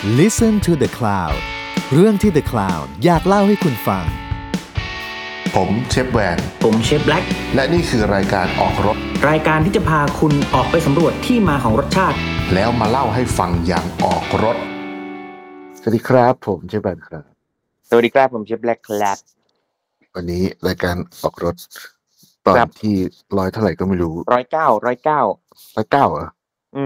Listen to the Cloud เรื่องที่ The Cloud อยากเล่าให้คุณฟังผมเชฟแวนผมเชฟแบล็กและนี่คือรายการออกรถรายการที่จะพาคุณออกไปสำรวจที่มาของรสชาติแล้วมาเล่าให้ฟังอย่างออกรถสวัสดีครับผมเชฟแวนครับสวัสดีครับผมเชฟแบล็กครับวันนี้รายการออกรถตอนที่100เท่าไหร่ก็ไม่รู้ 109 เหรอ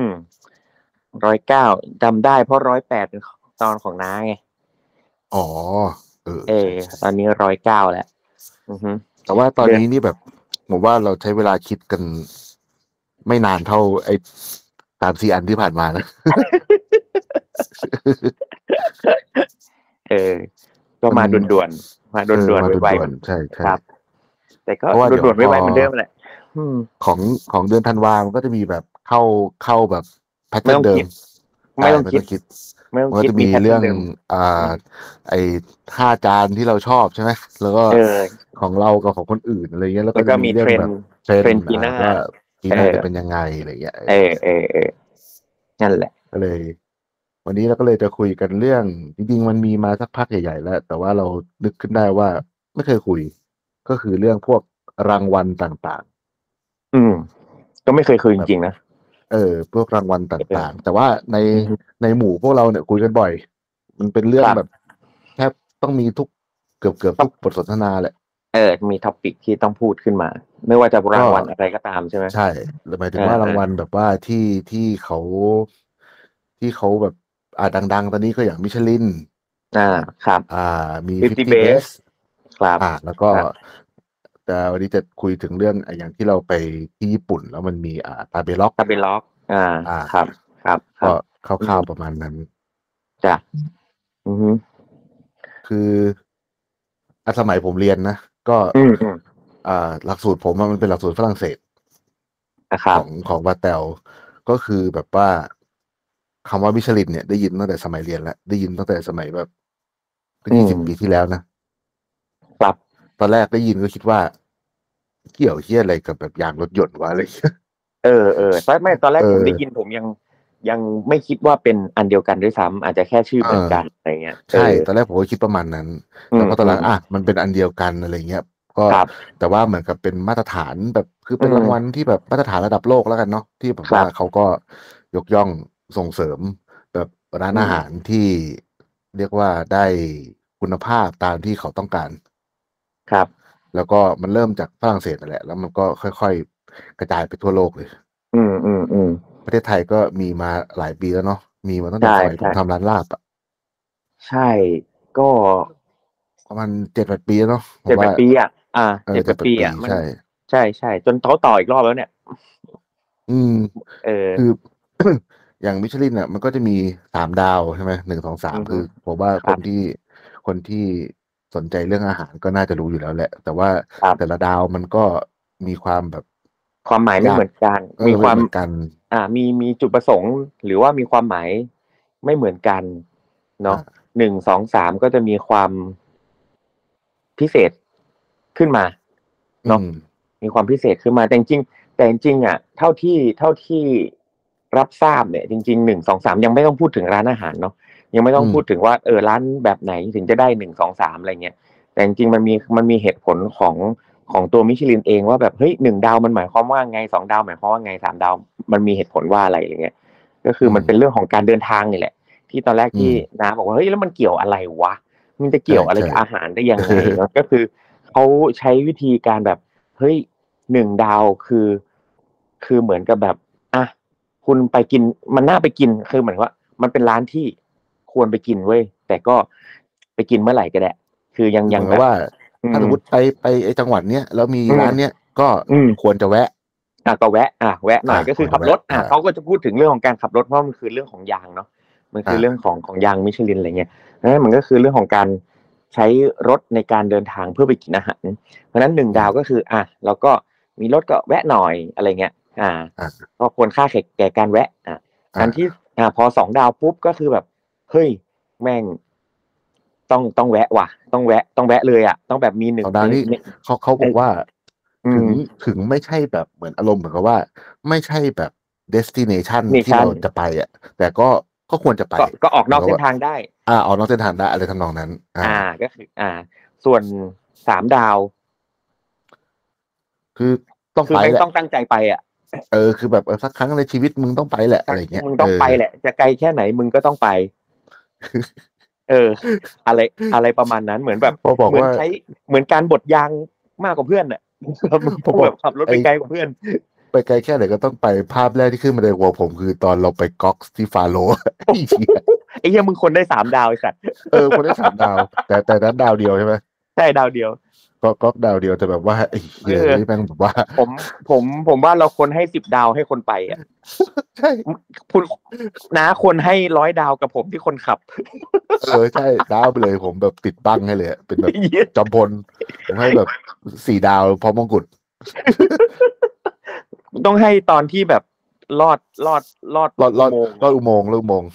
109จำได้เพราะ108เป็นตอนของน้าไงอ๋อตอนนี้109แล้วแต่ว่าตอนนี้นี่แบบผมว่าเราใช้เวลาคิดกันไม่นานเท่าไอ้ 3-4 อันที่ผ่านมานะก็มาด่วนๆมาด่วนๆไวๆใช่ๆครับแต่ก็ด่วนๆไวๆเหมือนเดิมแหละของเดือนธันวาคมมันก็จะมีแบบเข้าแบบแพทเทิร์นเดิมไม่ต้องคิดมันจะมีเรื่องไอ้5จานที่เราชอบใช่ไหมแล้วก็ของเรากับของคนอื่นอะไรเงี้ยแล้วก็มีเทรนด์ปีหน้าว่าปีหน้าจะเป็นยังไงอะไรเงี้ยนั่นแหละก็เลยวันนี้เราก็เลยจะคุยกันเรื่องจริงๆมันมีมาสักพักใหญ่ๆแล้วแต่ว่าเรานึกขึ้นได้ว่าไม่เคยคุยก็คือเรื่องพวกรางวัลต่างๆก็ไม่เคยคุยจริงๆนะพวกรางวัลต่างๆแต่ว่าในหมู่พวกเราเนี่ยคุยกันบ่อยมันเป็นเรื่องแบบแทบต้องมีเกือบทุกบทสนทนาแหละมีท็อปิกที่ต้องพูดขึ้นมาไม่ว่าจะรางวัลอะไรก็ตามใช่ไหมใช่หมายถึงว่ารางวัลแบบว่าที่เขาแบบดังๆตอนนี้ก็อย่างมิชลินครับมี 50 Best ครับแล้วก็แต่วันนี้จะคุยถึงเรื่องอย่างที่เราไปที่ญี่ปุ่นแล้วมันมีตาเบล็อกครับก็คร่าวๆประมาณนั้นจ้ะคือสมัยผมเรียนนะก็หลักสูตรผมมันเป็นหลักสูตรฝรั่งเศสของวาเตลก็คือแบบว่าคำว่ามิชลินเนี่ยได้ยินตั้งแต่สมัยเรียนแล้วได้ยินตั้งแต่สมัยแบบ20 ปีที่แล้วนะครับตอนแรกได้ยินก็คิดว่าเกี่ยวเหี้ยอะไรกับแบบยางรถยนต์วะอะไรตอนแรกผมได้ยินผมยังไม่คิดว่าเป็นอันเดียวกันด้วยซ้ำอาจจะแค่ชื่อเหมือนกันอะไรเงี้ยใช่ตอนแรกผมก็คิดประมาณนั้นแต่พอตอนหลังมันเป็นอันเดียวกันอะไรเงี้ยก็แต่ว่าเหมือนกับเป็นมาตรฐานแบบคือเป็นรางวัลที่แบบมาตรฐานระดับโลกแล้วกันเนาะที่แบบว่าเขาก็ยกย่องส่งเสริมแบบร้านอาหารที่เรียกว่าได้คุณภาพตามที่เขาต้องการครับแล้วก็มันเริ่มจากฝรั่งเศสนั่นแหละแล้วมันก็ค่อยๆกระจายไปทั่วโลกเลยประเทศไทยก็มีมาหลายปีแล้วเนาะมีมาตั้งแต่สมัยผมทำร้านลาบใช่ก็ประมาณ 7-8 ปีแล้วเนาะ 7-8 ปี7-8 ปีใช่จนต่ออีกรอบแล้วเนี่ยคือ อย่างมิชลินอ่ะมันก็จะมี3 ดาวใช่ไหม1 2 3คือผมว่าคนที่สนใจเรื่องอาหารก็น่าจะรู้อยู่แล้วแหละแต่ว่าแต่ละดาวมันก็มีความแบบความหมายไม่เหมือนกันมีความเหมือนกันมีจุดประสงค์หรือว่ามีความหมายไม่เหมือนกันเนาะ1 2 3ก็จะมีความพิเศษขึ้นมาเนาะมีความพิเศษขึ้นมาแต่จริงอ่ะเท่าที่รับทราบเนี่ยจริงๆ1 2 3ยังไม่ต้องพูดถึงร้านอาหารเนาะยังไม่ต้องพูดถึงว่าร้านแบบไหนถึงจะได้1 2 3อะไรเงี้ยแต่จริงๆมันมีเหตุผลของตัวมิชลินเองว่าแบบเฮ้ย1 ดาวมันหมายความว่าไง2 ดาวหมายความว่าไง3 ดาวมันมีเหตุผลว่าอะไรอย่างเงี้ยก็คือมันเป็นเรื่องของการเดินทางนี่แหละที่ตอนแรกที่น้าบอกว่าเฮ้ยแล้วมันเกี่ยวอะไรวะมันจะเกี่ยวอะไรกับอาหารได้ยังไงก็คือเขาใช้วิธีการแบบเฮ้ย1 ดาวคือเหมือนกับแบบคุณไปกินมันน่าไปกินคือเหมือนว่ามันเป็นร้านที่ควรไปกินเว้ยแต่ก็ไปกินเมื่อไหร่ก็ได้คือยังแบบว่าถ้าสมมติไปไอ้จังหวัดเนี้ยแล้วมีร้านเนี้ยก็ควรจะแวะก็แวะหน่อยก็คือขับรถเขาก็จะพูดถึงเรื่องของการขับรถเพราะมันคือเรื่องของยางเนาะมันคือเรื่องของยางมิชลินอะไรเงี้ยมันก็คือเรื่องของการใช้รถในการเดินทางเพื่อไปกินอาหารเพราะฉะนั้น1 ดาวก็คือเราก็มีรถก็แวะหน่อยอะไรเงี้ยก็ควรค่าแก่การแวะอันที่พอ2 ดาวปุ๊บก็คือแบบเฮ้ยแม่งต้องแวะว่ะต้องแวะเลยต้องแบบมี1 ดาวนี่เขาบอกว่าถึงไม่ใช่แบบเหมือนอารมณ์เหมือนกับว่าไม่ใช่แบบ destination ที่เราจะไปแต่ก็ควรจะไปก็ออกนอกเส้นทางได้ออกนอกเส้นทางได้อะไรทำนองนั้นก็คือส่วน3 ดาวคือต้องไปแหละต้องตั้งใจไปคือแบบสักครั้งในชีวิตมึงต้องไปแหละอะไรเงี้ยมึงต้องไปแหละจะไกลแค่ไหนมึงก็ต้องไปอะไรประมาณนั้นเหมือนแบบเหมือนใช้เหมือนการบดยางมากกว่าเพื่อนน่ะแบบขับรถไปไกลกว่าเพื่อนไปไกลแค่ไหนก็ต้องไปภาพแรกที่ขึ้นมาในหัวผมคือตอนเราไปก๊อกที่ฟาโรไอ้เหี้ยมึงคนได้3 ดาวไอ้สัตว์คนได้3 ดาวแต่นั้นดาวเดียวใช่ไหมใช่ดาวเดียวก็ดาวเดียวแต่แบบว่าไอ้เหี้ยนี่แม่งแบบว่าผมว่าเราควรให้10 ดาวให้คนไปใช่คุณนะควรให้100 ดาวกับผมที่คนขับใช่ดาวไปเลยผมแบบติดบังให้เลยเป็นแบบจอมพลผมให้แบบ4 ดาวพร้อมมงกุฎต้องให้ตอนที่แบบลอดอุโมงค์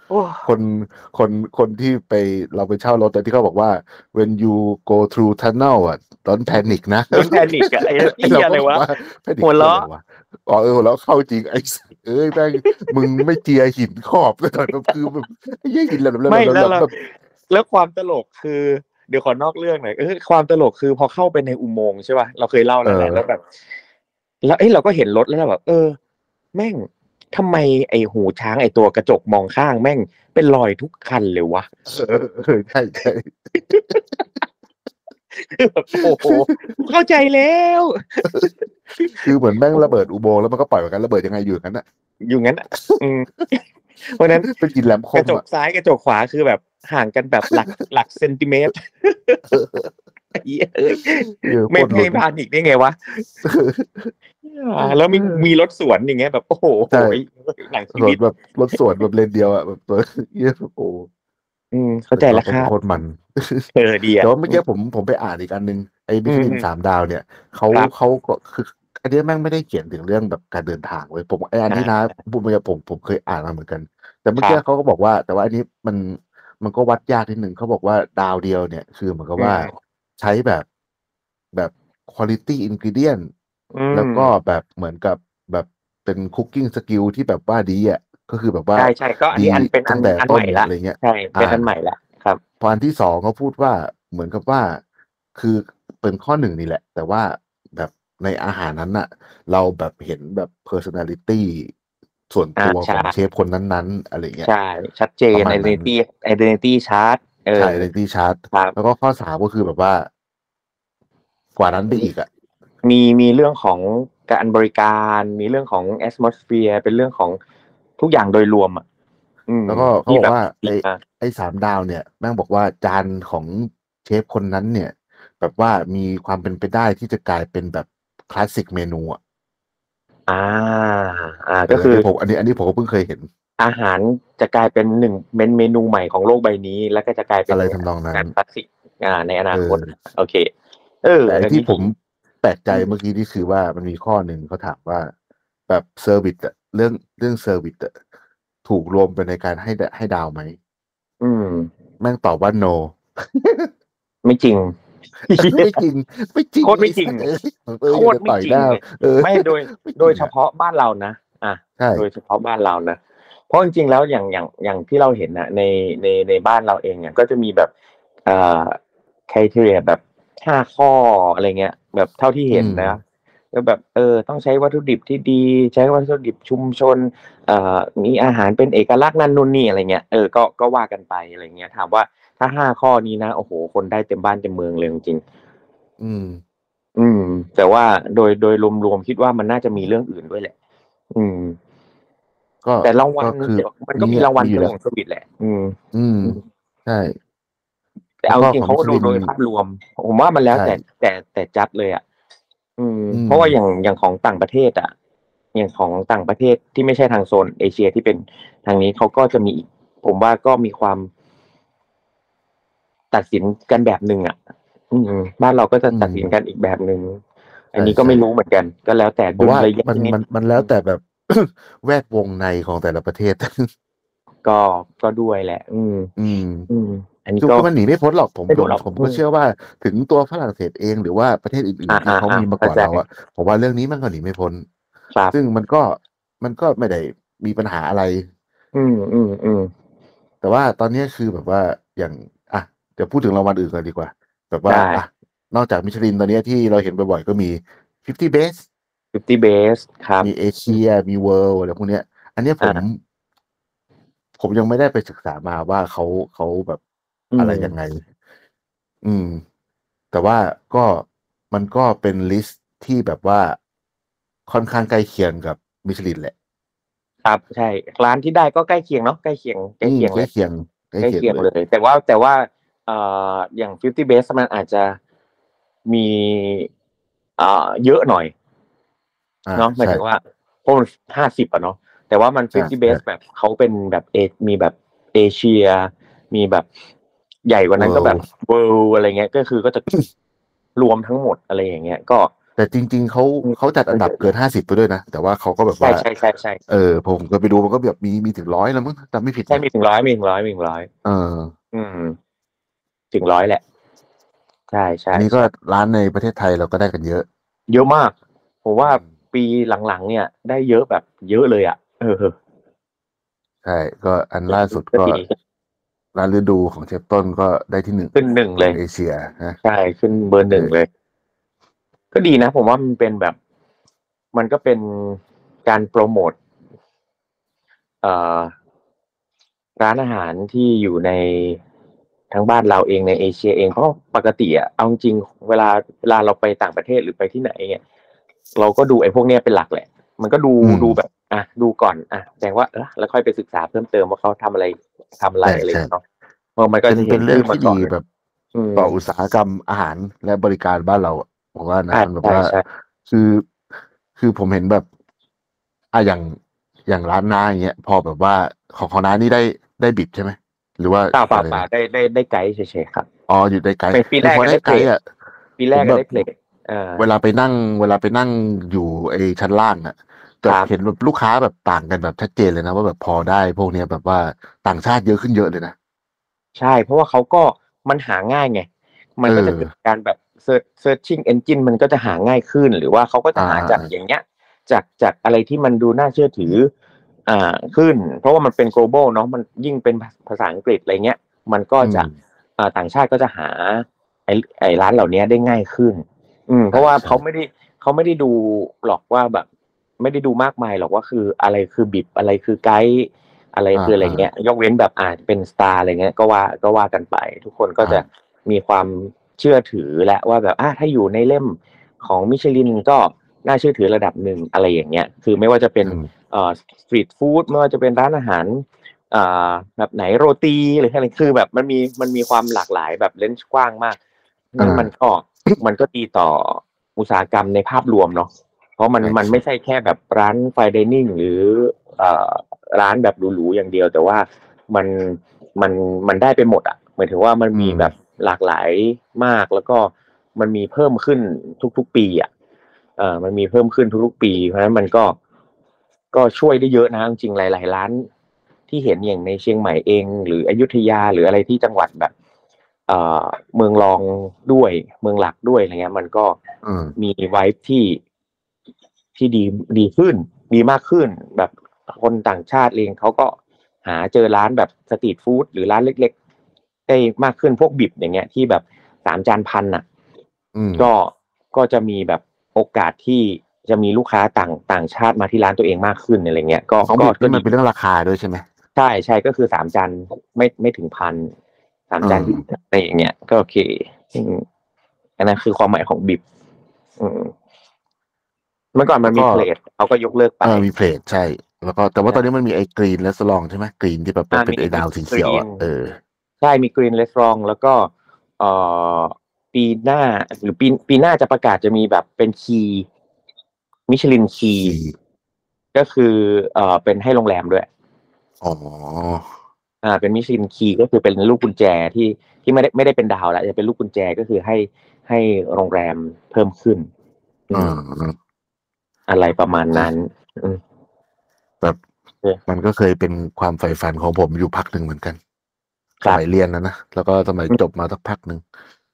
คนที่ไปเราไปเช่ารถแต่ที่เขาบอกว่า when you go through tunnel don't panic นะ don't panic ไอ้เหี้ยอะไรวะหัวเราะหัวเราะเข้าจริงไอ้แม่งมึงไม่เจียหินขอบก็ตอนนั้นคือแบบไอ้หินไม่แล้วความตลกคือเดี๋ยวขอนอกเรื่องหน่อยความตลกคือพอเข้าไปในอุโมงค์ใช่ป่ะเราเคยเล่าแล้วแหละแล้วแบบแล้วเราก็เห็นรถแล้วแบบแม่งทำไมไอ้หูช้างไอ้ตัวกระจกมองข้างแม่งเป็นรอยทุกคันเลยวะใช่แบบโอ้โหเข้าใจแล้วคือเหมือนแม่งระเบิดอุโมงค์แล้วมันก็ปล่อยกันระเบิดยังไงอยู่งั้นเพราะนั้นเป็นกินแหลมคมกระจกซ้ายกระจกขวาคือแบบห่างกันแบบหลักเซนติเมตรไม่พานิกได้ไงวะแล้วมีรถสวนอย่างเงี้ยแบบโอ้โหหลังชีวิตแบบรถสวนแบบเลนเดียวแบบตัวโอ้เข้าใจแล้วครับโคตรมันดีแต่ว่าเมื่อกี้ผมไปอ่านอีกอันนึงไอ้มิชลิน3 ดาวเนี่ยเขาก็คืออันนี้แม่งไม่ได้เขียนถึงเรื่องแบบการเดินทางเลยผมไอ้อันนี้นะผมเคยอ่านมาเหมือนกันแต่เมื่อกี้เขาก็บอกว่าแต่ว่าอันนี้มันก็วัดยากนิดนึงเขาบอกว่าดาวเดียวเนี่ยคือเหมือนกับว่าใช้แบบ quality ingredient แล้วก็แบบเหมือนกับแบบเป็น cooking skill ที่แบบว่าดีก็คือแบบว่าใช่ก็อันนี้เป็นอันใหม่ละอะไรเงี้ยใช่เป็นอันใหม่ละครับพออันที่2เขาพูดว่าเหมือนกับว่าคือเป็นข้อ1นี่แหละแต่ว่าแบบในอาหารนั้นน่ะเราแบบเห็นแบบ personality ส่วนตัวของเชฟคนนั้นๆอะไรเงี้ยใช่ชัดเจน identity chart ใช่ identity chart แล้วก็ข้อ3ก็คือแบบว่ากว่านั้นไปอีกมีเรื่องของการบริการมีเรื่องของ atmosphere เป็นเรื่องของทุกอย่างโดยรวมแล้วก็เขาบอกว่าไอ้3 ดาวเนี่ยแม่งบอกว่าจานของเชฟคนนั้นเนี่ยแบบว่ามีความเป็นไปได้ที่จะกลายเป็นแบบคลาสสิกเมนูก็คือผมอันนี้ผมก็เพิ่งเคยเห็นอาหารจะกลายเป็น1เมนูใหม่ของโลกใบนี้แล้วก็จะกลายเป็นอะไรทำนองนั้นคลาสสิกในอนาคตโอเคแต่ที่ผมแปลกใจเมื่อกี้นี่คือว่ามันมีข้อหนึ่งเขาถามว่าแบบเซอร์วิสเรื่องเซอร์วิสถูกรวมไปในการให้ดาวไหมแม่งตอบว่า no ไม่จริงไม่จริงโคตรไม่จริงโคตรไม่จริงไม่โดยเฉพาะบ้านเรานะโดยเฉพาะบ้านเรานะเพราะจริงๆแล้วอย่างที่เราเห็นนะในบ้านเราเองเนี่ยก็จะมีแบบcriteria แบบ5 ข้ออะไรเงี้ยแบบเท่าที่เห็นนะก็แบบต้องใช้วัตถุดิบที่ดีใช้วัตถุดิบชุมชนมีอาหารเป็นเอกลักษณ์นั่นนู่นนี่อะไรเงี้ยก็ว่ากันไปอะไรเงี้ยถามว่าถ้า5 ข้อนี้นะโอ้โหคนได้เต็มบ้านเต็มเมืองเลยจริงแต่ว่าโดยรวมๆคิดว่ามันน่าจะมีเรื่องอื่นด้วยแหละแต่รางวัลมันก็มีรางวัลของสวิตแหละใช่แต่เอาจริงเขาก็ดูโดยภาพรวมผมว่ามันแล้วแต่จัดเลยเพราะว่าอย่างของต่างประเทศอย่างของต่างประเทศที่ไม่ใช่ทางโซนเอเชียที่เป็นทางนี้เขาก็จะมีผมว่าก็มีความตัดสินกันแบบนึงบ้านเราก็จะตัดสินกันอีกแบบนึงอันนี้ก็ไม่รู้เหมือนกันก็แล้วแต่ดุลยพินิจมันแล้วแต่แบบแวดวงในของแต่ละประเทศก็ด้วยแหละอันนี้ก็มันหนีไม่พ้นหรอกผมก็เชื่อว่าถึงตัวฝรั่งเศสเองหรือว่าประเทศอื่นๆที่เขามีมาก่อนเราผมว่าเรื่องนี้มันก็หนีไม่พ้นซึ่งมันก็ไม่ได้มีปัญหาอะไรแต่ว่าตอนนี้คือแบบว่าอย่างอ่ะเดี๋ยวพูดถึงรางวัลอื่นกันดีกว่าแบบว่าอ่ะนอกจากมิชลินตอนนี้ที่เราเห็นบ่อยๆก็มี50 Best ครับมีเอเชียมีเวิลด์อะไรพวกเนี้ยอันนี้ผมยังไม่ได้ไปศึกษามาว่าเขาแบบอะไรยังไงแต่ว่าก็มันก็เป็นลิสต์ที่แบบว่าค่อนข้างใกล้เคียงกับมิชลินแหละครับใช่ร้านที่ได้ก็ใกล้เคียงเนาะใกล้เคียงใกล้เลยเคียงใกล้เคียงเลยแต่ว่าอย่าง50 Best มันอาจจะมีเยอะหน่อยเนาะหมายถึงว่าเพราะมัน50อ่ะเนาะแต่ว่ามัน50 Best แบบเขาเป็นแบบมีแบบเอเชียมีแบบใหญ่กว่านั้นก็แบบ World อะไรเงี้ยก็คือก็จะรวมทั้งหมดอะไรอย่างเงี้ยก็แต่จริงๆเขาจัดอันดับเกิน50ไปด้วยนะแต่ว่าเขาก็แบบว่าใช่ผมก็ไปดูมันก็แบบมีถึง100แล้วมั้งจำไม่ผิดใช่มีถึง100ถึง100แหละใช่นี่ก็ร้านในประเทศไทยเราก็ได้กันเยอะมากผมว่าปีหลังๆเนี่ยได้เยอะแบบเยอะเลยอ่ะใช่ก็อันล่าสุดก็ร้านฤดูของเชฟต้นก็ได้ที่1 ขึ้น1เลยเอเชียนะใช่ขึ้นเบอร์1เลยก็ดีนะผมว่ามันเป็นแบบมันก็เป็นการโปรโมทเอ่อร้านอาหารที่อยู่ในทั้งบ้านเราเองในเอเชียเองเพราะปกติอ่ะเอาจริงเวลาเราไปต่างประเทศหรือไปที่ไหนเนี่ยเราก็ดูไอ้พวกเนี้ยเป็นหลักแหละมันก็ดูแบบดูก่อนแสดงว่าแล้วค่อยไปศึกษาเพิ่มเติมว่าเขาทำอะไรอะไรเนาะมันก็จะเห็นเป็นเรื่องที่ดีแบบต่ออุตสาหกรรมอาหารและบริการบ้านเราผมว่านะมันแบบว่าคือคือผมเห็นแบบอย่างร้านน้าอย่างเงี้ยพอแบบว่าของน้านี่ได้บิดใช่ไหมหรือว่าเปล่าอะไรนะได้ไกด์เฉยๆครับอยู่ได้ไกด์เป็นปีแรกพอได้ก็ได้เพลทไกด์ปีแรผมแบบกก็ได้เพลทเวลาไปนั่งอยู่ไอ้ชั้นล่างแบบเห็นแบบลูกค้าแบบต่างกันแบบชัดเจนเลยนะว่าแบบพอได้พวกเนี้ยแบบว่าต่างชาติเยอะขึ้นเยอะเลยนะใช่เพราะว่าเขาก็มันหาง่ายไงมันก็จะเกิดการแบบsearching engine มันก็จะหาง่ายขึ้นหรือว่าเขาก็จะหาจากอย่างเงี้ยจากอะไรที่มันดูน่าเชื่อถือขึ้นเพราะว่ามันเป็น global เนาะมันยิ่งเป็นภาษาอังกฤษอะไรเงี้ยมันก็จะต่างชาติก็จะหาไอ้ร้านเหล่านี้ได้ง่ายขึ้นเพราะว่าเขาไม่ได้ดูหรอกว่าแบบไม่ได้ดูมากมายหรอกว่าคืออะไรคือบิบอะไรคือไกด์อะไรคืออะไรเงี้ยยกเว้นแบบอาจเป็นสตาร์อะไรเงี้ยก็ว่ากันไปทุกคนก็จะมีความเชื่อถือและว่าแบบถ้าอยู่ในเล่มของมิชลินก็น่าเชื่อถือระดับหนึ่งอะไรอย่างเงี้ยคือไม่ว่าจะเป็นสตรีทฟู้ดไม่ว่าจะเป็นร้านอาหารแบบไหนโรตีหรืออะไรคือแบบมันมีความหลากหลายแบบเลนส์กว้างมากนั่นมันก็ดีต่ออุตสาหกรรมในภาพรวมเนาะเพราะมันไม่ใช่แค่แบบร้านไฟน์ไดนิ่งหรือร้านแบบหรูๆอย่างเดียวแต่ว่ามันมันได้ไปหมดหมายถึงว่ามันมีแบบหลากหลายมากแล้วก็มันมีเพิ่มขึ้นทุกๆปีมันมีเพิ่มขึ้นทุกๆปีเพราะฉะนั้นมันก็ช่วยได้เยอะนะจริงๆหลายๆร้านที่เห็นอย่างในเชียงใหม่เองหรืออยุธยาหรืออะไรที่จังหวัดแบบเมืองรองด้วยเมืองหลักด้วยอะไรเงี้ยมันก็มีไวท์ที่ดีขึ้นดีมากขึ้นแบบคนต่างชาติเองเขาก็หาเจอร้านแบบสตรีทฟู้ดหรือร้านเล็กๆได้มากขึ้นพวกบิบอย่างเงี้ยที่แบบ3 จานพันก็จะมีแบบโอกาสที่จะมีลูกค้าต่างชาติมาที่ร้านตัวเองมากขึ้นอะไรเงี้ยก็มันเป็นเรื่องราคาด้วยใช่ไหมใช่ก็คือ3 จานไม่ถึง1,000 3 จานอะไรอย่างเงี้ยก็โอเคอันนั้นคือความหมายของบิบเมื่อก่อนมันมีเพลทเขาก็ยกเลิกไปมีเพลทใช่แล้วก็แต่ว่าตอนนี้มันมีไอ้กรีนและสลองใช่ไหมกรีนที่แบบเป็นไอ้ดาวสีเขียวใช่มีกรีนเลสรองแล้วก็เอ่อปีหน้าหรือปีหน้าจะประกาศจะมีแบบเป็นคีย์มิชลินคีย์ก็คือเป็นให้โรงแรมด้วยเป็นมิชลินคีย์ก็คือเป็นลูกกุญแจที่ไม่ได้เป็นดาวแล้วจะเป็นลูกกุญแจก็คือให้โรงแรมเพิ่มขึ้นอะไรประมาณนั้นแบบมันก็เคยเป็นความใฝ่ฝันของผมอยู่พักหนึ่งเหมือนกันสมัยเรียนนะแล้วก็สมัยจบมาสักพักหนึ่ง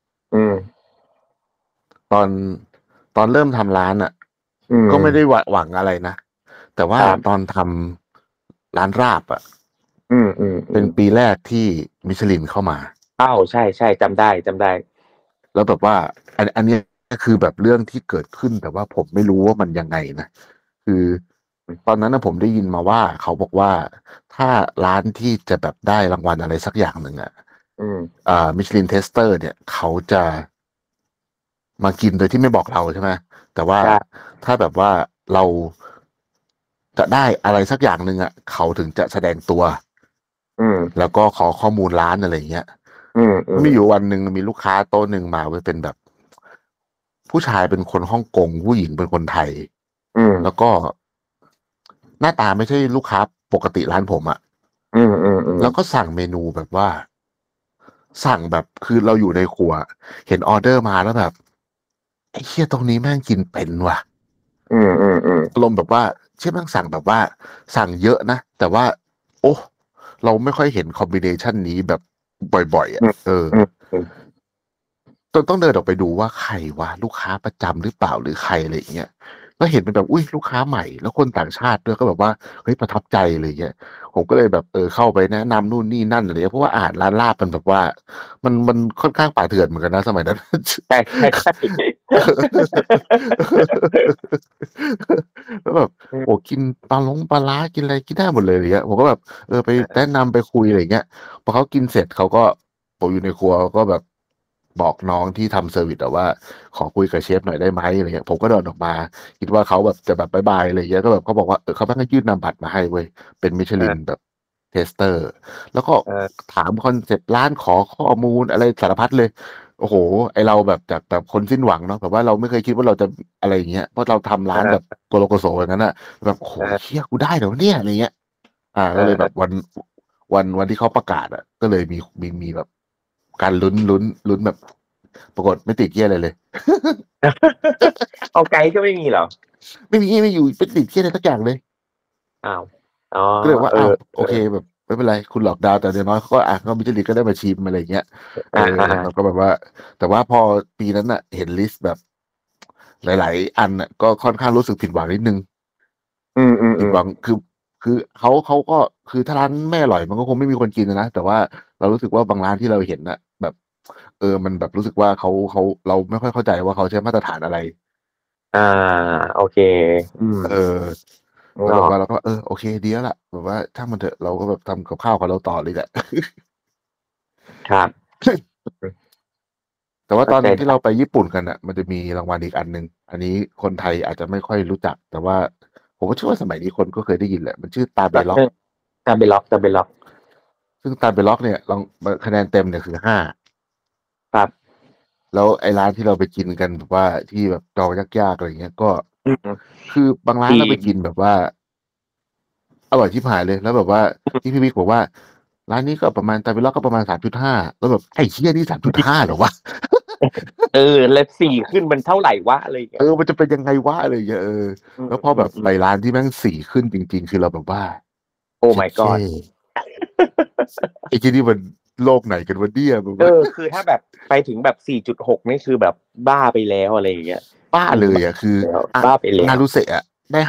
ตอนเริ่มทำร้านก็ไม่ได้หวังอะไรนะแต่ว่าตอนทำร้านราบเป็นปีแรกที่มิชลินเข้ามาอ้าวใช่จำได้แล้วแบบว่าอันนี้คือแบบเรื่องที่เกิดขึ้นแต่ว่าผมไม่รู้ว่ามันยังไงนะคือตอนนั้นนะผมได้ยินมาว่าเขาบอกว่าถ้าร้านที่จะแบบได้รางวัลอะไรสักอย่างหนึ่งมิชลินเทสเตอร์เนี่ยเขาจะมากินโดยที่ไม่บอกเราใช่ไหมแต่ว่าถ้าแบบว่าเราจะได้อะไรสักอย่างหนึ่งเขาถึงจะแสดงตัวแล้วก็ขอข้อมูลร้านอะไรเงี้ยมีอยู่วันหนึ่งมีลูกค้าโต๊ะหนึ่งมาเป็นแบบผู้ชายเป็นคนฮ่องกงผู้หญิงเป็นคนไทยแล้วก็หน้าตาไม่ใช่ลูกค้าปกติร้านผมแล้วก็สั่งเมนูแบบว่าสั่งแบบคือเราอยู่ในครัวเห็นออเดอร์มาแล้วแบบไอ้เหี้ยตรงนี้แม่งกินเป็นว่ะอารมณ์แบบว่าเชื่อแม่งสั่งแบบว่าสั่งเยอะนะแต่ว่าโอ้เราไม่ค่อยเห็นคอมบิเนชันนี้แบบบ่อยๆต้องเดินออกไปดูว่าใครวะลูกค้าประจำหรือเปล่าหรือใครอะไรอย่างเงี้ยก็เห็นเป็นแบบอุ้ยลูกค้าใหม่แล้วคนต่างชาติด้วยก็แบบว่าเฮ้ยประทับใจเลยเงี้ยผมก็เลยแบบเข้าไปแนะนำนู่นนี่นั่นอะไรเงี้ยเพราะว่าอาหารร้านลาบมันแบบว่ามันค่อนข้างป่าเถื่อนเหมือนกันนะสมัยนั้นใช่แล้วแบบโอ้กินปลาร้ากินอะไรกินได้หมดเลยอะไรเงี้ยผมก็แบบไปแนะนำไปคุยอะไรเงี้ยพอเขากินเสร็จเขาก็ผมอยู่ในครัวก็แบบบอกน้องที่ทำเซอร์วิสว่าขอคุยกับเชฟหน่อยได้ไหมอะไรเงี้ยผมก็เดินออกมาคิดว่าเขาแบบจะแบบบายอะไรเงี้ยก็แบบเขาบอกว่าเขาเพิ่งยื่นนามบัตรมาให้เว้ยเป็นมิชลินแบบเทสเตอร์แล้วก็ถามคอนเซ็ปต์ร้านขอข้อมูลอะไรสารพัดเลยโอ้โหไอเราแบบจากแบบคนสิ้นหวังเนาะแบบว่าเราไม่เคยคิดว่าเราจะอะไรอย่างเงี้ยเพราะเราทำร้านแบบโกโลโกโสอย่างนั้นแบบโอ้โหเชี่ยกูได้เหรอเนี่ยอะไรเงี้ยก็เลยแบบวันที่เขาประกาศก็เลยมีแบบการลุ้นแบบปรากฏไม่ติดเหี้ยอะไรเลยเอาไกด์ก็ไม่มีเหรอไม่อยู่ไม่ติดเหี้ยอะไรสักอย่างเลยอ้าวอ๋อก็เลยว่าโอเคแบบไม่เป็นไรคุณหลอกดาวแต่อย่างน้อยเขาก็ก็มิชลินก็ได้มาชิมอะไรเงี้ยแล้วก็แบบว่าแต่ว่าพอปีนั้นเห็นลิสต์แบบหลายๆอันก็ค่อนข้างรู้สึกผิดหวังนิดนึงผิดหวังคือเขาก็คือถ้าร้านไม่อร่อยมันก็คงไม่มีคนกินนะแต่ว่าเรารู้สึกว่าบางร้านที่เราเห็นแบบมันแบบรู้สึกว่าเขาเราไม่ค่อยเข้าใจว่าเขาใช้มาตรฐานอะไรโอเคแล้วแบบว่าเราก็โอเคดีแล้วล่ะแบบว่าถ้ามันเถอะเราก็แบบทำกับข้าวของเราต่อเลยแหละครับแต่ว่าตอนที่เราไปญี่ปุ่นกันมันจะมีรางวัลอีกอันหนึ่งอันนี้คนไทยอาจจะไม่ค่อยรู้จักแต่ว่าผมก็เชื่อว่าสมัยนี้คนก็เคยได้ยินแหละมันชื่อตาเบล็อกซึ่งตาเบล็อกเนี่ยลองคะแนนเต็มเนี่ยคือ5 ครับแล้วไอ้ร้านที่เราไปกินกันแบบว่าที่แบบจองยากๆอะไรเงี้ยก็คือบางร้านเราไปกินแบบว่าอร่อยชิบหายเลยแล้วแบบว่าที่พี่บิ๊กบอกว่าร้านนี้ก็ประมาณตาเบล็อกก็ประมาณ3.5แล้วแบบไอ้เหี้ยนี่3.5เหรอวะแล้ว4ขึ้นมันเท่าไหร่วะอะไรอย่างเงี้ยมันจะเป็นยังไงวะอะไรอย่างเงี้ยแล้วพอแบบไปร้านที่แม่ง4ขึ้นจริงๆคือเราแบบว่าโอ้ my god ไอ้ที่นี่มันโลกไหนกันวะเนี่ยคือถ้าแบบไปถึงแบบ4.6นี่คือแบบบ้าไปแล้วอะไรอย่างเงี้ยบ้าเลยคือบ้าไปแล้วนารุเซะได้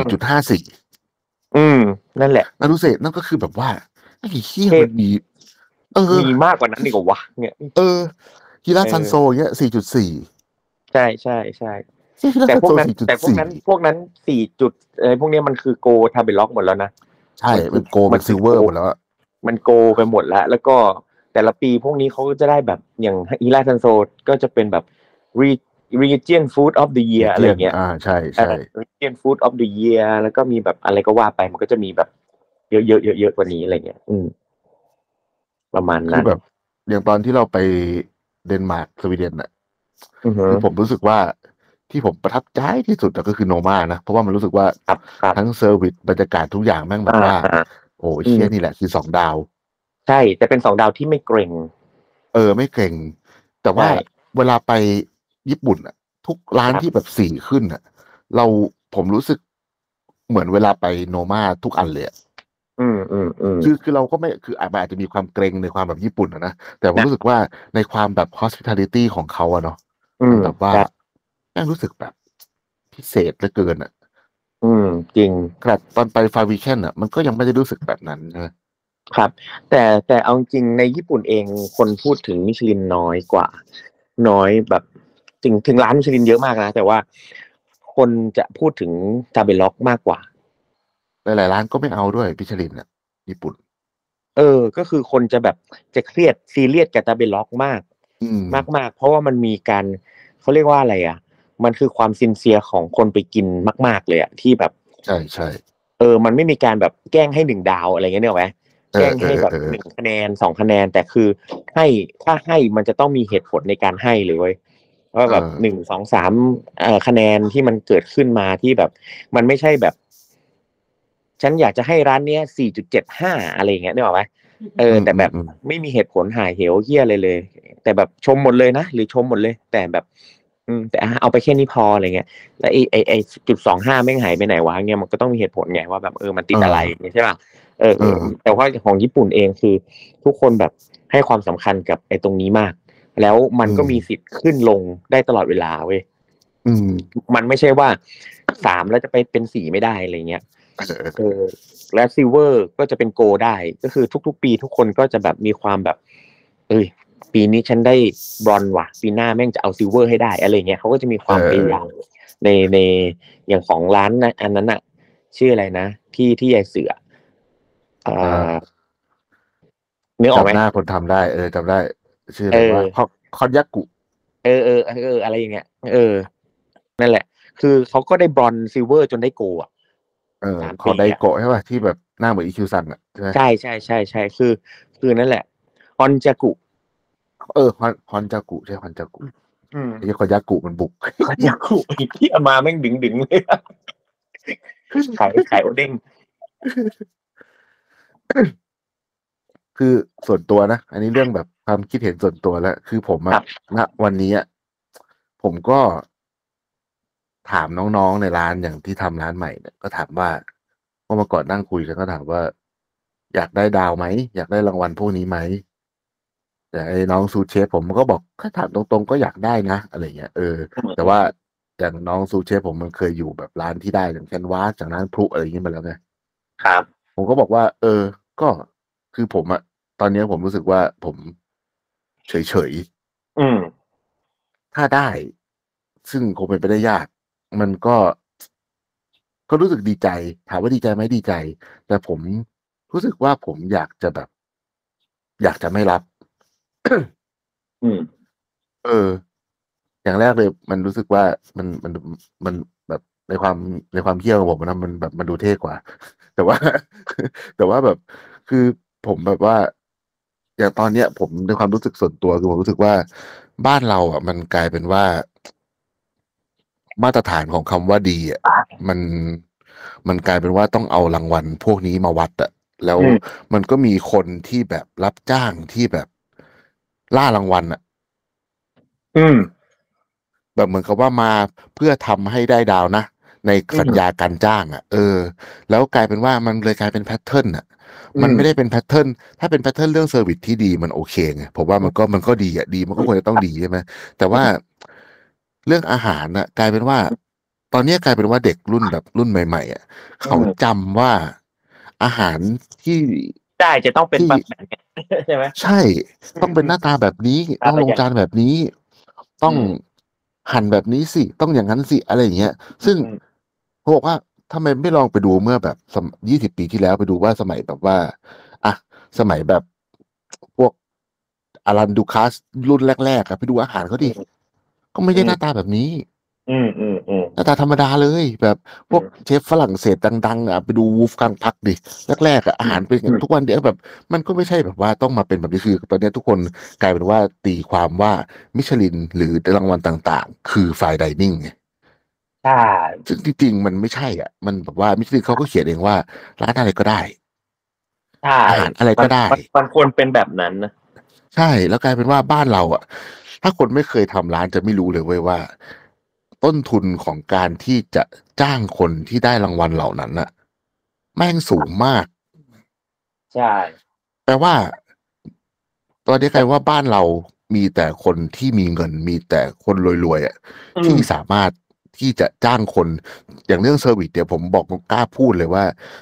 4.54 นั่นแหละนารุเซะนั่นก็คือแบบว่าไอ้เหี้ยมันมีมีมากกว่านั้นอีกวะเนี่ยฮิราซันโซเงี้ย4.4 ใช่แต่พวกนั้น4 จุดพวกนี้มันคือโกทาเบล็อกหมดแล้วนะใช่เป็นโกเป็นซิลเวอร์หมดแล้วมันโกไปหมดแล้วก็แต่ละปีพวกนี้เขาก็จะได้แบบอย่างฮิราซันโซก็จะเป็นแบบ Region Food of the Year อะไรเงี้ยใช่ Region Food of the Year แล้วก็มีแบบอะไรก็ว่าไปมันก็จะมีแบบเยอะกว่านี้อะไรเงี้ยประมาณนั้นคือแบบอย่างตอนที่เราไปเดนมาร์กสวีเดนคือผมรู้สึกว่าที่ผมประทับใจที่สุดก็คือโนมานะเพราะว่ามันรู้สึกว่าทั้งเซอร์วิสบรรยากาศทุกอย่างแม่งแบบว่าโอ้เชี่ยนี่แหละคือ2 ดาวใช่แต่เป็น2 ดาวที่ไม่เกรงไม่เกรงแต่ว่าเวลาไปญี่ปุ่นทุกร้านที่แบบ4ขึ้นผมรู้สึกเหมือนเวลาไปโนมาทุกอันเลยคือเราก็ไม่คืออาจจะมีความเกรงในความแบบญี่ปุ่นนะแต่ผมรู้สึกว่าในความแบบ hospitality ของเขาเนาะมันแบบว่าแม่งรู้สึกแบบพิเศษเหลือเกินจริงขนาดตอนไปฟาวิเคนมันก็ยังไม่ได้รู้สึกแบบนั้นใช่ไหมครับแต่เอาจริงในญี่ปุ่นเองคนพูดถึงมิชลินน้อยกว่าน้อยแบบถึงร้านมิชลินเยอะมากนะแต่ว่าคนจะพูดถึงทาเบล็อกมากกว่าหลายๆร้านก็ไม่เอาด้วยมิชลินอ่ะญี่ปุ่นก็คือคนจะแบบจะเครียดซีเรียสกับทาเบล็อกมากมากเพราะว่ามันมีการเขาเรียกว่าอะไรอ่ะมันคือความซินเซียของคนไปกินมากๆเลยอ่ะที่แบบใช่ใช่มันไม่มีการแบบแกล้งให้1 ดาวอะไรเงี้ยเนี่ยหรอไหมแกล้งให้แบบ1 คะแนน2 คะแนนแต่คือให้ถ้าให้มันจะต้องมีเหตุผลในการให้เลยเว้ยว่าแบบ1 2 3คะแนนที่มันเกิดขึ้นมาที่แบบมันไม่ใช่แบบฉันอยากจะให้ร้านเนี้ย4.75อะไรเงี้ยนึกออกไหมแต่แบบไม่มีเหตุผลหาเหวเหี้ยอะไรเลยแต่แบบชมหมดเลยนะหรือชมหมดเลยแต่แบบแต่เอาไปแค่นี้พออะไรเงี้ยแล้วไอ้0.25แม่งหายไปไหนวะเงี้ยมันก็ต้องมีเหตุผลไงว่าแบบมันติดอะไรใช่ป่ะแต่ว่าของญี่ปุ่นเองคือทุกคนแบบให้ความสำคัญกับไอ้ตรงนี้มากแล้วมันก็มีสิทธิ์ขึ้นลงได้ตลอดเวลาเว้ยมันไม่ใช่ว่า3แล้วจะไปเป็น4ไม่ได้อะไรเงี้ยและซิลเวอร์ก็จะเป็นโกได้ก็คือทุกๆปีทุกคนก็จะแบบมีความแบบปีนี้ฉันได้บรอนซ์ว่ะปีหน้าแม่งจะเอาซิลเวอร์ให้ได้อะไรเงี้ยเขาก็จะมีความพยายามในอย่างของร้านนะอันนั้นน่ะชื่ออะไรนะที่ยายเสือนึกออกไหมจำหน้าคนทำได้จำได้ชื่ออะไรว่าคอนยักกุอะไรอย่างเงี้ยนั่นแหละคือเขาก็ได้บรอนซ์ซิลเวอร์จนได้โกอ่ะ3 เขาปีอ่ะไดโกะใช่ป่ะที่แบบหน้าเหมือนอีคิวซังอ่ะใช่ไหมใช่คือนั่นแหละฮอนจากุฮอนจากุใช่ฮอนจากุไอ้คอนยักกุมันบุกฮอนจากุไอ้ที่มาแม่งดึงเลยขายโอเด้งคือส่วนตัวนะอันนี้เรื่องแบบความคิดเห็นส่วนตัวแล้วคือผมอะณวันนี้อะผมก็ถามน้องๆในร้านอย่างที่ทำร้านใหม่เนี่ยก็ถามว่าเมื่อก่อนนั่งคุยกันก็ถามว่า อยากได้ดาวไหมอยากได้รางวัลพวกนี้ไหมแต่ไอ้น้องซูเชฟผมก็บอกถ้าถามตรงๆก็อยากได้นะอะไรเงี้ยแต่ว่าอย่างน้องซูเชฟผมมันเคยอยู่แบบร้านที่ได้อย่างแคนวาสจากร้านพลุอะไรอย่างเงี้ยมาแล้วไงครับผมก็บอกว่าก็คือผมอะตอนนี้ผมรู้สึกว่าผมเฉยๆถ้าได้ซึ่งคงเป็นไปได้ยากมันก็รู้สึกดีใจถามว่าดีใจไหมดีใจแต่ผมรู้สึกว่าผมอยากจะแบบอยากจะไม่รับ เอออย่างแรกเลยมันรู้สึกว่ามันแบบในความเที่ยวของผมนะมันแบบมันดูเท่กว่าแต่ว่าแต่ว่าแบบคือผมแบบว่าอย่างตอนเนี้ยผมในความรู้สึกส่วนตัวคือผมรู้สึกว่าบ้านเราอ่ะมันกลายเป็นว่ามาตรฐานของคำว่าดีอ่ะมันมันกลายเป็นว่าต้องเอารางวัลพวกนี้มาวัดอ่ะแล้วมันก็มีคนที่แบบรับจ้างที่แบบล่ารางวัลอ่ะ แบบเหมือนกับว่ามาเพื่อทำให้ได้ดาวนะในสัญญาการจ้างแล้วกลายเป็นว่ามันเลยกลายเป็นแพทเทิร์นมันไม่ได้เป็นแพทเทิร์นถ้าเป็นแพทเทิร์นเรื่องเซอร์วิสที่ดีมันโอเคไงผมว่ามันก็ดีดีมันก็ควรจะต้องดีใช่ไหมแต่ว่าเรื่องอาหารกลายเป็นว่าตอนนี้กลายเป็นว่าเด็กรุ่นแบบรุ่นใหม่ๆเขาจำว่าอาหารที่ได้จะต้องเป็นที่แบบนั้นใช่ไหมใช่ต้องเป็นหน้าตาแบบนี้ต้องลงจานแบบนี้ต้องหั่นแบบนี้สิต้องอย่างนั้นสิอะไรอย่างเงี้ยซึ่งเขาบอกว่าทำไมไม่ลองไปดูเมื่อแบบ20 ปีที่แล้วไปดูว่าสมัยแบบว่าอ่ะสมัยแบบพวกอารันดูคัสรุ่นแรกๆไปดูอาหารเขาดิก็ไม่ใช่หน้าตาแบบนี้หน้าตาธรรมดาเลยแบบพวกเชฟฝรั่งเศสดังๆไปดูวูฟกังพักดิแรกๆอาหารเป็นอย่างทุกวันเดียวแบบมันก็ไม่ใช่แบบว่าต้องมาเป็นแบบนี้คือตอนนี้ทุกคนกลายเป็นว่าตีความว่ามิชลินหรือรางวัลต่างๆคือไฟน์ไดนิ่งไงใช่ซึ่งจริงๆมันไม่ใช่มันแบบว่ามิชลินเขาก็เขียนเองว่าร้านอะไรก็ได้ใช่อาหารอะไรมันก็ได้มันควรเป็นแบบนั้นนะใช่แล้วกลายเป็นว่าบ้านเราถ้าคนไม่เคยทำร้านจะไม่รู้เลยเว้ยว่าต้นทุนของการที่จะจ้างคนที่ได้รางวัลเหล่านั้นแม่งสูงมากใช่แปลว่าตอนนี้กลายว่าบ้านเรามีแต่คนที่มีเงินมีแต่คนรวยๆที่สามารถที่จะจ้างคนอย่างเรื่องเซอร์วิสเดี๋ยวผมบอกกล้าพูดเลยว่า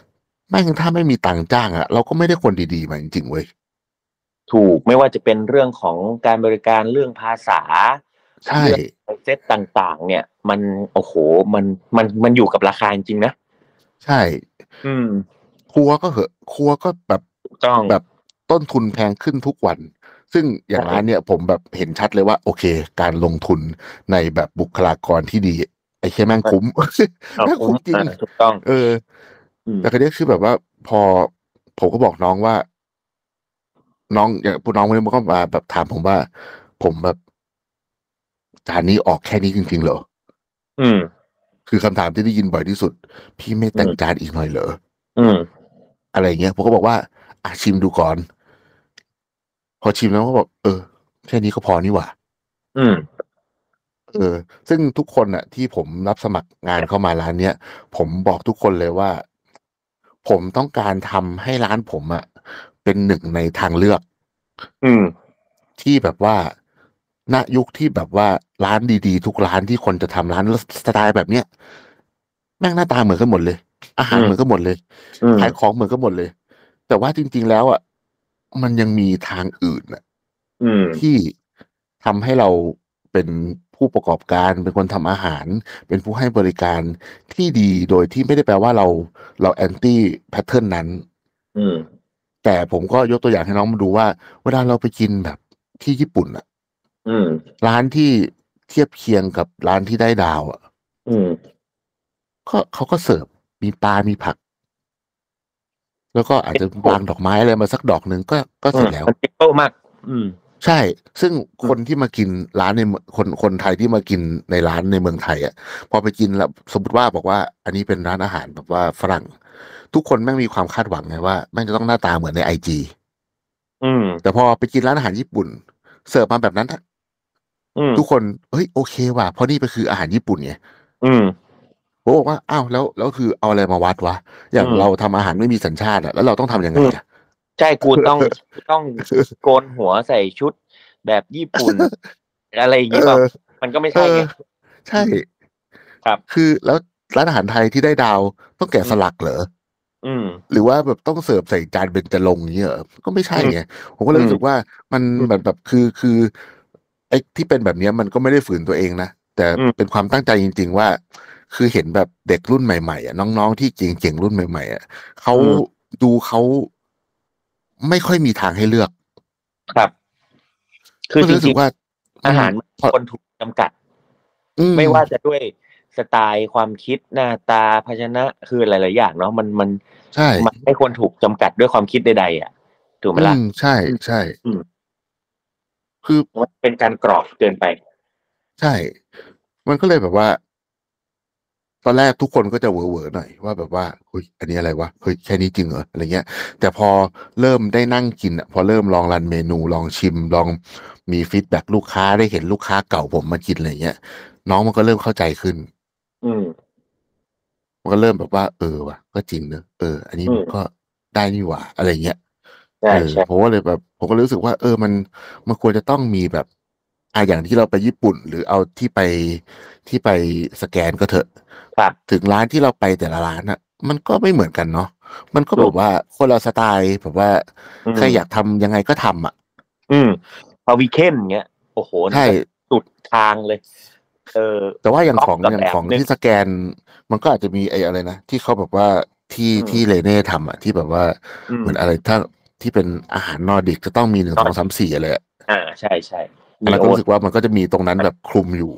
แม่งถ้าไม่มีตังค์จ้างอะเราก็ไม่ได้คนดีๆมาจริงๆเว้ยถูกไม่ว่าจะเป็นเรื่องของการบริการเรื่องภาษาใช่เรื่องเซตต่างๆเนี่ยมันโอ้โหมันอยู่กับราคาจริงๆนะใช่อืมครัวก็เหอะครัวก็แบบถูกต้องแบบต้นทุนแพงขึ้นทุกวันซึ่งอย่างร้านใช่เนี่ยผมแบบเห็นชัดเลยว่าโอเคการลงทุนในแบบบุคลากรที่ดีไอ้แค่แม่งคุ้ม แม่งผมคุ้มจริงถูกต้องเอออืมแต่ก็เนี้ยคือแบบว่าพอผมก็บอกน้องว่าน้องอย่างพวกน้องคนนี้มันก็มาแบบถามผมว่าผมแบบจานนี้ออกแค่นี้จริงๆเหรออืมคือคำถามที่ได้ยินบ่อยที่สุดพี่ไม่อืมแต่งจานอีกหน่อยเหรออืมอะไรเงี้ยผมก็บอกว่าชิมดูก่อนพอชิมแล้วก็บอกแค่นี้ก็พอนี่หว่าอืมเออซึ่งทุกคนอ่ะที่ผมรับสมัครงานเข้ามาร้านเนี้ยผมบอกทุกคนเลยว่าผมต้องการทำให้ร้านผมอ่ะเป็นหนึ่งในทางเลือกอืมที่แบบว่าณยุคที่แบบว่าร้านดีๆทุกร้านที่คนจะทำร้านสไตล์แบบเนี้ยแม่งหน้าตาเหมือนกันหมดเลยอาหารเหมือนกันหมดเลยอืมขายของเหมือนกันหมดเลยแต่ว่าจริงๆแล้วอ่ะมันยังมีทางอื่นอ่ะอืมที่ทำให้เราเป็นผู้ประกอบการเป็นคนทำอาหารเป็นผู้ให้บริการที่ดีโดยที่ไม่ได้แปลว่าเราแอนตี้แพทเทิร์นนั้นอืมแต่ผมก็ยกตัวอย่างให้น้องมาดูว่าเวลาเราไปกินแบบที่ญี่ปุ่นอ่ะอืมร้านที่เทียบเคียงกับร้านที่ได้ดาวอ่ะอืมก็เขาก็เสิร์ฟมีปลามีผักแล้วก็อาจจะโอ้วางดอกไม้อะไรมาสักดอกหนึ่งก็เสร็จแล้วมันซิมเปิลมากอืมใช่ ซึ่งอืมคนที่มากินร้านในเมืองคนไทยที่มากินในร้านในเมืองไทยอ่ะพอไปกินแล้วสมมติว่าบอกว่าอันนี้เป็นร้านอาหารแบบว่าฝรั่งทุกคนแม่งมีความคาดหวังไงว่าแม่งจะต้องหน้าตาเหมือนในไอจีอืมแต่พอไปกินร้านอาหารญี่ปุ่นเสิร์ฟมาแบบนั้นอะอืมทุกคนเฮ้ยโอเคว่ะเพราะนี่ก็คืออาหารญี่ปุ่นไงอืมผมบอกว่าอ้าวแล้วคือเอาอะไรมาวัดวะอย่างเราอืมทำอาหารไม่มีสัญชาติอะแล้วเราต้องทำยังอืมไงอะใช่กูต้องโกนหัวใส่ชุดแบบญี่ปุ่นอะไรอย่างเอนี้เปล่าอมันก็ไม่เออใช่ไงใช่อืมครับคือแล้วร้านอาหารไทยที่ได้ดาวต้องแกะอืมสลักเหรออืมหรือว่าแบบต้องเสิร์ฟใส่จานเบญจรงค์อย่างเงี้ยเหรอก็ไม่ใช่อืมไงผมก็เลอืมยรู้สึกว่ามันอืมแบบคือไอ้ที่เป็นแบบเนี้ยมันก็ไม่ได้ฝืนตัวเองนะแต่อืมเป็นความตั้งใจจริงๆว่าคือเห็นแบบเด็กรุ่นใหม่ๆอ่ะน้องๆที่เก่งๆรุ่นใหม่ๆอ่ะเขาอืมดูเขาไม่ค่อยมีทางให้เลือกครับคือก็เลจริงยรู้สึกว่าๆอาหารมันพอคนถูกจำกัดอืมไม่ว่าจะด้วยสไตล์ความคิดหน้าตาภาชนะคือหลายๆอย่างเนาะใช่มันไม่ควรถูกจำกัดด้วยความคิดใดๆอ่ะถูกไหมล่ะใช่อืมใช่อืมคือมันเป็นการกรอบเกินไปใช่มันก็เลยแบบว่า ตอนแรกทุกคนก็จะเหวอๆหน่อยว่าแบบว่าเฮ้ยอันนี้อะไรวะเฮ้ยแค่นี้จริงเหรออะไรเงี้ยแต่พอเริ่มได้นั่งกินอ่ะพอเริ่มลองรันเมนูลองชิมลองมีฟีดแบ็กลูกค้าได้เห็นลูกค้าเก่าผมมากินอะไรเงี้ยน้องมันก็เริ่มเข้าใจขึ้นอืมมันก็เริ่มแบบว่าว่ะก็จริงเนอะอันนี้อืมมันก็ได้นี่หว่าอะไรเงี้ยใช่ใช่ผมก็เลยแบบผมก็รู้สึกว่ามันควรจะต้องมีแบบอย่างที่เราไปญี่ปุ่นหรือเอาที่ไปสแกนก็เถอะครับถึงร้านที่เราไปแต่ละร้านอ่ะมันก็ไม่เหมือนกันเนาะมันก็แบถูกบว่าคนละสไตล์แบบว่าอืใครอยากมทำยังไงก็ทำอ่ะอืมพอวีเคนเงี้ยโอ้โหใช่นี่แบบสุดทางเลยเออแต่ว่าอย่างก๊อปกับอย่างของแบบนึงที่สแกนมันก็อาจจะมีไอ้อะไรนะที่เขาแบบว่าที่เรอืมเน่ทำอ่ะที่แบบว่าอืมเหมือนอะไรถ้าที่เป็นอาหารนอร์ดิกจะต้องมีหนึ่งนอนสองสามสี่อะไรอะใช่ใช่อันนั้นนีโอก็รู้สึกว่ามันก็จะมีตรงนั้นแบบคลุมอยู่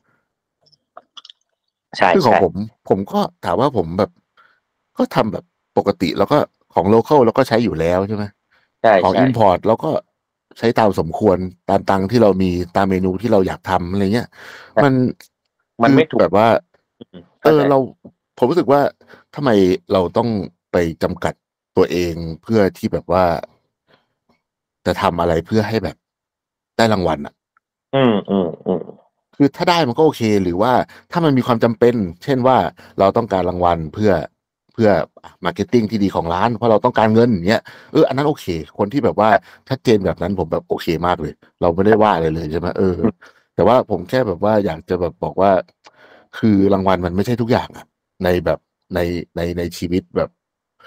ใช่ใช่ซึ่งของผมก็ถามว่าผมแบบก็ทำแบบปกติแล้วก็ของโลคอลแล้วก็ใช้อยู่แล้วใช่ไหมใช่ของใช่อิมพอร์ตเราก็ใช้ตามสมควรตามตังค์ที่เรามีตามเมนูที่เราอยากทำอะไรเงี้ยใช่มันคือมันไม่ถูกแบบว่าอืมเข้าใจเราผมรู้สึกว่าทำไมเราต้องไปจำกัดตัวเองเพื่อที่แบบว่าจะทำอะไรเพื่อให้แบบได้รางวัลอ่ะอืมอืมอืมคือถ้าได้มันก็โอเคหรือว่าถ้ามันมีความจำเป็นเช่นว่าเราต้องการรางวัลเพื่อมาร์เก็ตติ้งที่ดีของร้านเพราะเราต้องการเงินอย่างเงี้ยอันนั้นโอเคคนที่แบบว่าชัดเจนแบบนั้นผมแบบโอเคมากเลยเราไม่ได้ว่าอะไรเลยใช่ไหมอืมแต่ว่าผมแค่แบบว่าอยากจะแบบบอกว่าคือรางวัลมันไม่ใช่ทุกอย่างอะในแบบในชีวิตแบบ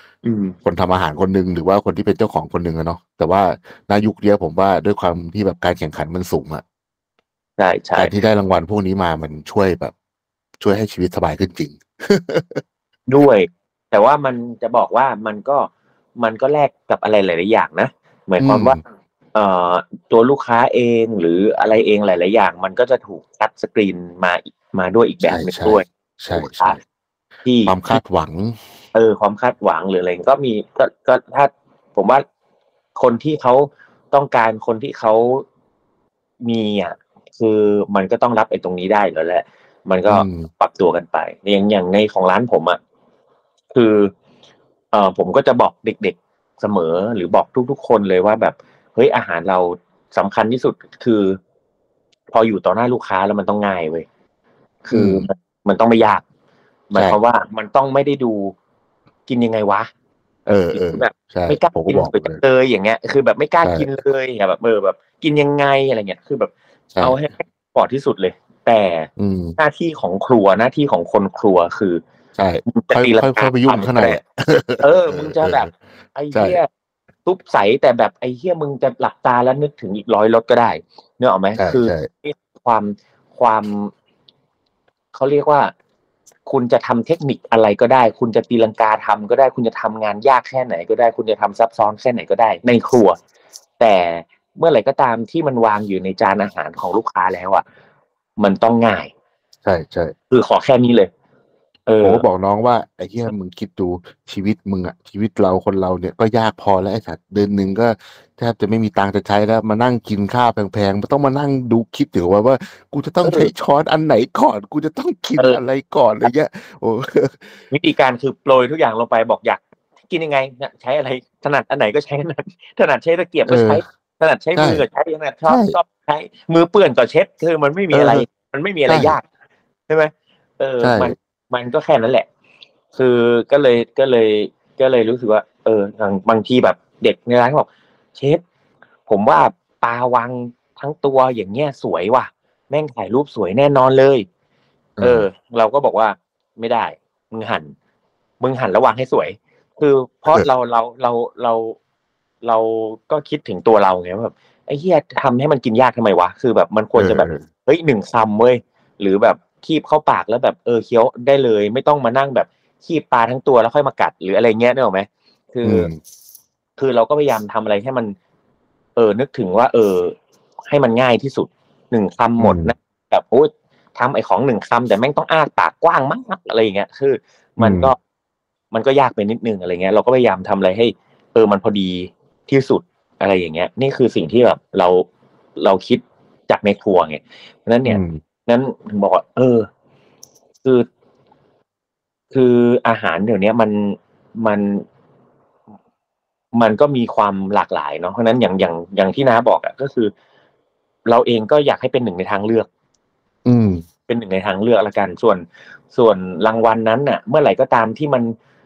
คนทำอาหารคนหนึ่งหรือว่าคนที่เป็นเจ้าของคนหนึ่งอะเนาะแต่ว่าณยุคนี้ผมว่าด้วยความที่แบบการแข่งขันมันสูงอะใช่ใช่การที่ได้รางวัลพวกนี้มามันช่วยแบบช่วยให้ชีวิตสบายขึ้นจริงด้วยแต่ว่ามันจะบอกว่ามันก็แลกกับอะไรหลายๆอย่างนะหมายความว่าตัวลูกค้าเองหรืออะไรเองหลายๆอย่างมันก็จะถูกทัชสกรีนมาด้วยอีกแบบนึงด้วยใช่ลูกค้าที่ความคาดหวังความคาดหวังหรืออะไรก็มีก็ถ้าผมว่าคนที่เขาต้องการคนที่เขามีคือมันก็ต้องรับไอ้ตรงนี้ได้แล้วแหละมันก็ปรับตัวกันไปอย่างในของร้านผมคือผมก็จะบอกเด็กๆเสมอหรือบอกทุกๆคนเลยว่าแบบเฮ้ยอาหารเราสำคัญที่สุดคือพออยู่ต่อหน้าลูกค้าแล้วมันต้องง่ายเว้ยคือมันต้องไม่ยากหมายความว่ามันต้องไม่ได้ดูกินยังไงวะแบบไม่กล้ากินเลยอย่างเงี้ยคือแบบไม่กล้ากินเลยแบบแบบกินยังไงอะไรเงี้ยคือแบบเอาให้ปลอดที่สุดเลยแต่หน้าที่ของครัวหน้าที่ของคนครัวคือใช่ค่อยไปยุ่งข้างในมึงจะแบบไอ้เหี้ยซุปใสแต่แบบไอ้เหี้ยมึงจะหลับตาแล้วนึกถึงอีก100 รสก็ได้เนอะไหมคือความเขาเรียกว่าคุณจะทำเทคนิคอะไรก็ได้คุณจะตีลังกาทำก็ได้คุณจะทำงานยากแค่ไหนก็ได้คุณจะทำซับซ้อนแค่ไหนก็ได้ในครัวแต่เมื่อไหร่ก็ตามที่มันวางอยู่ในจานอาหารของลูกค้าแล้วมันต้องง่ายใช่ใช่คือขอแค่นี้เลยผมก็บอกน้องว่าไอ้เหี้ยมึงคิดดูชีวิตมึงชีวิตเราคนเราเนี่ยก็ยากพอแล้วไอ้สัตว์เดือนหนึ่งก็แทบจะไม่มีตังค์จะใช้แล้วมานั่งกินข้าวแพงๆมันต้องมานั่งดูคิดอยู่ว่ากูจะต้องใช้ช้อนอันไหนก่อนกูจะต้องกินอะไรก่อนอะไรเงี้ยโอ้วิธีการคือโปรยทุกอย่างลงไปบอกอยากกินยังไงใช้อะไรถนัดอันไหนก็ใช้นั้นถนัดใช้ตะเกียบก็ใช้ถนัดใช้มือก็ใช้ถนัดชอบใช้มือเปื้อนก็เช็ดคือมันไม่มีอะไรยากใช่ไหมมันก็แค่นั้นแหละคือก็เลยรู้สึกว่าบางทีแบบเด็กในร้านบอกเชฟผมว่าปลาวังทั้งตัวอย่างเงี้ยสวยว่ะแม่งถ่ายรูปสวยแน่นอนเลยเราก็บอกว่าไม่ได้มึงหั่นแล้ววางให้สวยคือเพราะเราก็คิดถึงตัวเราไงว่าแบบไอ้เหี้ยทำให้มันกินยากทำไมวะคือแบบมันควรจะแบบเฮ้ย1 คำเว้ยหรือแบบคีบเข้าปากแล้วแบบเคี้ยวได้เลยไม่ต้องมานั่งแบบคีบปลาทั้งตัวแล้วค่อยมากัดหรืออะไรเงี้ยนึกออกไหมคือเราก็พยายามทำอะไรให้มันนึกถึงว่าให้มันง่ายที่สุด1 คำหมดนะแบบโอ้ทำไอ้ของ1 คำแต่แม่งต้องอ้าปากกว้างมากอะไรอย่างเงี้ยคือมันก็ยากไปนิดนึงอะไรเงี้ยเราก็พยายามทำอะไรให้มันพอดีที่สุดอะไรอย่างเงี้ยนี่คือสิ่งที่แบบเราคิดจากในครัวไงเพราะนั้นเนี่ยนั้นถึงบอกว่าคืออาหารเดี๋ยวนี้มันก็มีความหลากหลายเนาะเพราะนั้นอย่างที่น้าบอกก็คือเราเองก็อยากให้เป็น1 ในทางเลือกเป็น1 ในทางเลือกละกันส่วนรางวัลนั้นน่ะเมื่อไหร่ก็ตามที่มัน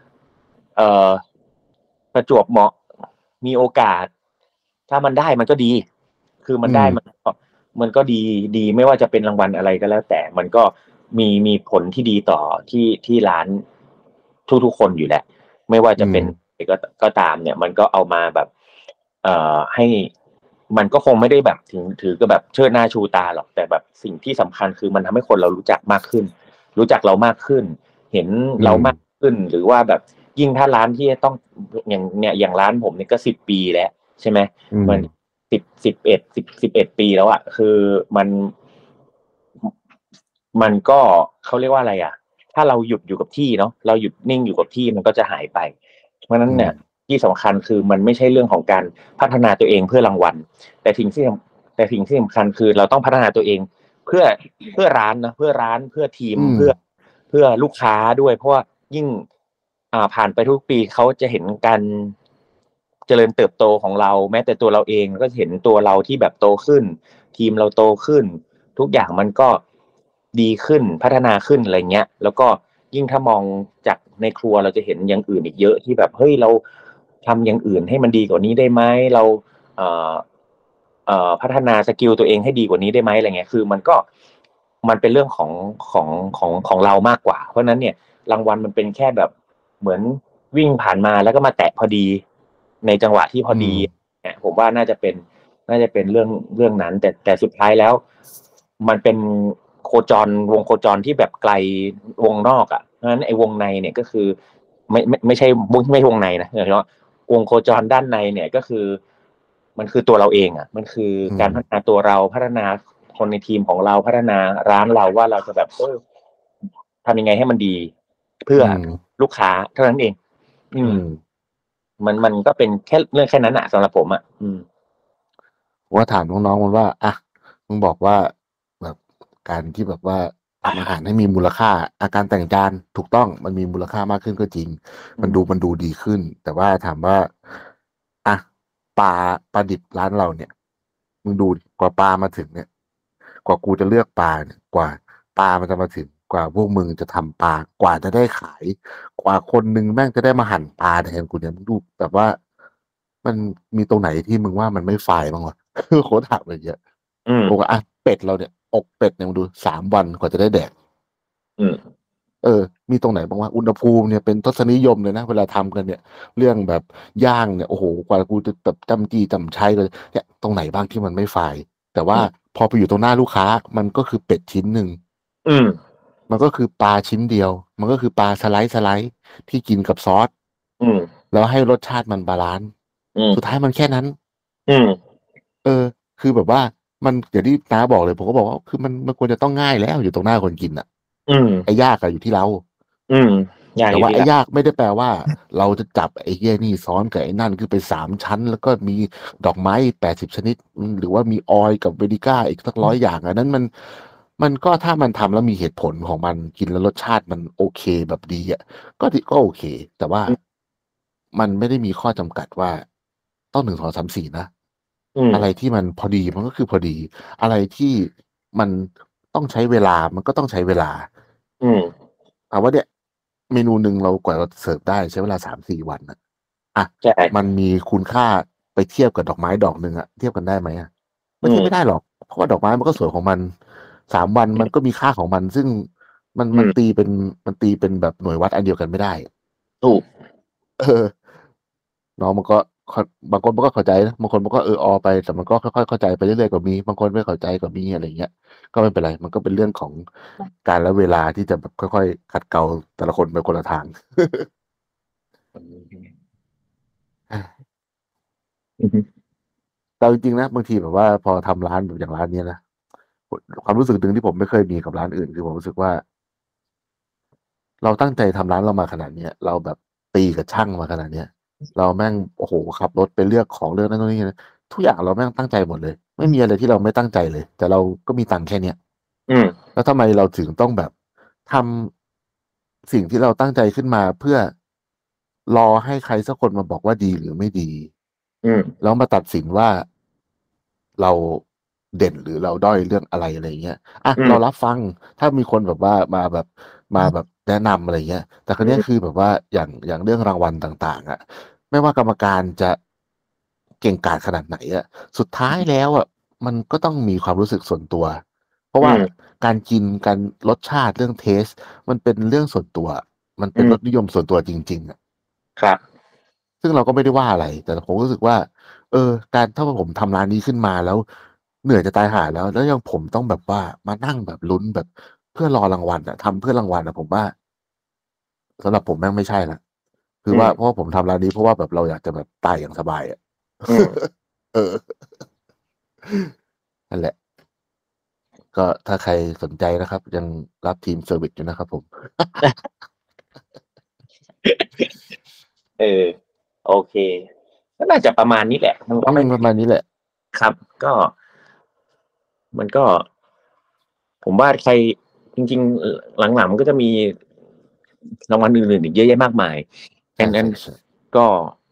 ประจวบเหมาะมีโอกาสถ้ามันได้มันก็ดีคือมันได้มันก็ดีไม่ว่าจะเป็นรางวัลอะไรก็แล้วแต่มันก็มีผลที่ดีต่อที่ร้านทุกคนอยู่แหละไม่ว่าจะเป็นก็ตามเนี่ยมันก็เอามาแบบให้มันก็คงไม่ได้แบบถือก็แบบเชิดหน้าชูตาหรอกแต่แบบสิ่งที่สำคัญคือมันทำให้คนเรารู้จักมากขึ้นรู้จักเรามากขึ้นเห็นเรามากขึ้นหรือว่าแบบยิ่งถ้าร้านที่ต้องอย่างร้านผมเนี่ยก็10 ปีแล้วใช่ไหมมัน11 ปีแล้วคือมันก็เขาเรียกว่าอะไรถ้าเราหยุดอยู่กับที่เนาะเราหยุดนิ่งอยู่กับที่มันก็จะหายไปเพราะนั้นเนี่ยที่สำคัญคือมันไม่ใช่เรื่องของการพัฒนาตัวเองเพื่อรางวัลแต่สิ่งที่สำคัญคือเราต้องพัฒนาตัวเองเพื่อร้านนะเพื่อร้านเพื่อทีมเพื่อลูกค้าด้วยเพราะว่ายิ่งผ่านไปทุกปีเขาจะเห็นการเจริญเติบโตของเราแม้แต่ตัวเราเองก็เห็นตัวเราที่แบบโตขึ้นทีมเราโตขึ้นทุกอย่างมันก็ดีขึ้นพัฒนาขึ้นอะไรเงี้ยแล้วก็ยิ่งถ้ามองจากในครัวเราจะเห็นอย่างอื่นอีกเยอะที่แบบเฮ้ยเราทำอย่างอื่นให้มันดีกว่านี้ได้ไหมเราพัฒนาสกิลตัวเองให้ดีกว่านี้ได้ไหมอะไรเงี้ยคือมันเป็นเรื่องของเรามากกว่าเพราะนั้นเนี่ยรางวัลมันเป็นแค่แบบเหมือนวิ่งผ่านมาแล้วก็มาแตะพอดีในจังหวะที่พอดีเนี่ยผมว่าน่าจะเป็นเรื่องนั้นแต่สุดท้ายแล้วมันเป็นวงโคจรที่แบบไกลวงนอกอ่ะเพราะฉะนั้นไอ้วงในเนี่ยก็คือไม่ใช่วงในนะเนาะวงโคจรด้านในเนี่ยก็คือมันคือตัวเราเองอ่ะมันคือการพัฒนาตัวเราพัฒนาคนในทีมของเราพัฒนาร้านเราว่าเราจะแบบทำยังไงให้มันดีเพื่อลูกค้าเท่านั้นเองมันก็เป็นแค่เรื่องแค่นั้นอะสำหรับผมอะว่าถามน้องๆมันว่าอ่ะมึงบอกว่าแบบการที่แบบว่าทำอาหารให้มีมูลค่าอาการแต่งจานถูกต้องมันมีมูลค่ามากขึ้นก็จริงมันดูดีขึ้นแต่ว่าถามว่าอ่ะปลาดิบร้านเราเนี่ยมึงดูกว่าปลามาถึงเนี่ยกว่ากูจะเลือกปลาเนี่ยกว่าปลามันจะมาถึงกว่าพวกมึงจะทำปลากว่าจะได้ขายกว่าคนนึงแม่งจะได้มาหั่นปลาแทนกูเนี่ยมึงดูแบบว่ามันมีตรงไหนที่มึงว่ามันไม่ไฟบ้างวะ โค้ดถามเลยเยอะบอกว่าอ่ะเป็ดเราเนี่ยอกเป็ดเนี่ยมาดู3 วันกว่าจะได้แดกมีตรงไหนบ้างว่าอุณหภูมิเนี่ยเป็นทศนิยมเลยนะเวลาทำกันเนี่ยเรื่องแบบย่างเนี่ยโอ้โหกว่ากูจะแบบจำจีจำใช้เลยเนี่ยตรงไหนบ้างที่มันไม่ไฟแต่ว่าพอไปอยู่ตรงหน้าลูกค้ามันก็คือเป็ดชิ้นหนึ่งมันก็คือปลาชิ้นเดียวมันก็คือปลาสไลด์ที่กินกับซอสแล้วให้รสชาติมันบาลานซ์สุดท้ายมันแค่นั้นคือแบบว่ามันอย่างที่น้าบอกเลยผมก็บอกว่าคือมันควรจะต้องง่ายแล้วอยู่ตรงหน้าคนกินอ่ะไอ้ยากอะอยู่ที่เราแต่ว่าไอ้ยากไม่ได้แปลว่าเราจะจับไอ้เหี้ยนี่ซ้อนกับไอ้นั่นคือไป3 ชั้นแล้วก็มีดอกไม้80 ชนิดหรือว่ามีออยล์กับเวนิก้าอีกสัก100 อย่างอันนั้นมันก็ถ้ามันทำแล้วมีเหตุผลของมันกินแล้วรสชาติมันโอเคแบบดีอ่ะก็โอเค แต่ว่ามันไม่ได้มีข้อจำกัดว่าต้อง1 2 3 4นะอะไรที่มันพอดีมันก็คือพอดี อะไรที่มันต้องใช้เวลามันก็ต้องใช้เวลาเอาว่าเนี่ยเมนูหนึ่งเรากว่าเราเสิร์ฟได้ใช้เวลา3-4 วันนะมันมีคุณค่าไปเทียบกับดอกไม้ดอกหนึ่งอะเทียบกันได้ไหมอะมันเทียบไม่ได้หรอกเพราะว่าดอกไม้มันก็สวยของมัน3 วันมันก็มีค่าของมัน ซึ่งมันตีเป็นแบบหน่วยวัดอันเดียวกันไม่ได้ถูกน้องมันก็บางคนมันก็เข้าใจนะบางคนมันก็อไปแต่มันก็ค่อยๆเข้าใจไปเรื่อยๆก็มีบางคนไม่เข้าใจก็มีอะไรเงี้ยก็ไม่เป็นไรมันก็เป็นเรื่องของการและเวลาที่จะแบบค่อยๆขัดเกลาแต่ละคนไปคนละทางแต่จริงๆนะบางทีแบบว่าพอทำร้านแบบอย่างร้านนี้นะความรู้สึกหนึ่งที่ผมไม่เคยมีกับร้านอื่นคือผมรู้สึกว่าเราตั้งใจทำร้านเรามาขนาดเนี้ยเราแบบตีกับช่างมาขนาดเนี้ยเราแม่งโอ้โหขับรถไปเลือกของเลือกนั่นนี่นะทุกอย่างเราแม่งตั้งใจหมดเลยไม่มีอะไรที่เราไม่ตั้งใจเลยแต่เราก็มีตังค์แค่เนี้ยแล้วทำไมเราถึงต้องแบบทำสิ่งที่เราตั้งใจขึ้นมาเพื่อรอให้ใครสักคนมาบอกว่าดีหรือไม่ดีแล้วมาตัดสินว่าเราเด่นหรือเราด้อยเรื่องอะไรเงี้ยเรารับฟังถ้ามีคนแบบว่ามาแบบแนะนำอะไรเงี้ยแต่ครั้นี้คือแบบว่าอย่างเรื่องรางวัลต่างๆไม่ว่ากรรมการจะเก่งกาจขนาดไหนสุดท้ายแล้วมันก็ต้องมีความรู้สึกส่วนตัว เพราะว่าการกินการรสชาติเรื่องเทสมันเป็นเรื่องส่วนตัว มันเป็นรสนิยมส่วนตัวจริงๆครับซึ่งเราก็ไม่ได้ว่าอะไร แต่ผมรู้สึกว่าการถ้าผมทำร้านนี้ขึ้นมาแล้วเหนื่อยจะตายห่าแล้วยังผมต้องแบบว่ามานั่งแบบลุ้นแบบเพื่อรอรางวัลทำเพื่อรางวัลผมว่าสำหรับผมแม่งไม่ใช่ละคือว่าเพราะผมทำร้านนี้เพราะว่าแบบเราอยากจะแบบตายอย่างสบายเออนั่นแหละก็ถ้าใครสนใจนะครับ ยังรับทีมเซอร์วิสอยู่นะครับผมโอเคก็น่าจะประมาณนี้แหละมันก็ไม่ประมาณนี้แหละครับก็มันก็ผมว่าใครจริงๆหลังๆมันก็จะมีรางวัลอื่นๆอีกเยอะแยะมากมายนั้นก็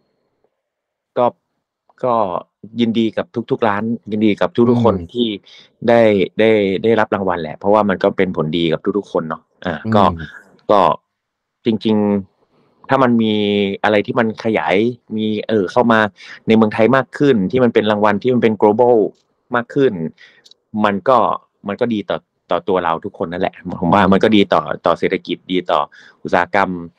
ก็ยินดีกับทุกๆร้านยินดีกับทุกๆคนที่ได้รับรางวัลแหละเพราะว่ามันก็เป็นผลดีกับทุกๆคนเนาะก็จริงๆถ้ามันมีอะไรที่มันขยายมีเข้ามาในเมืองไทยมากขึ้นที่มันเป็นรางวัลที่มันเป็น global มากขึ้นมันก็ดีต่อตัวเราทุกคนนั่นแหละผมว่ามันก็ดีต่อเศรษฐกิจดีต่ออุตสาหกรรม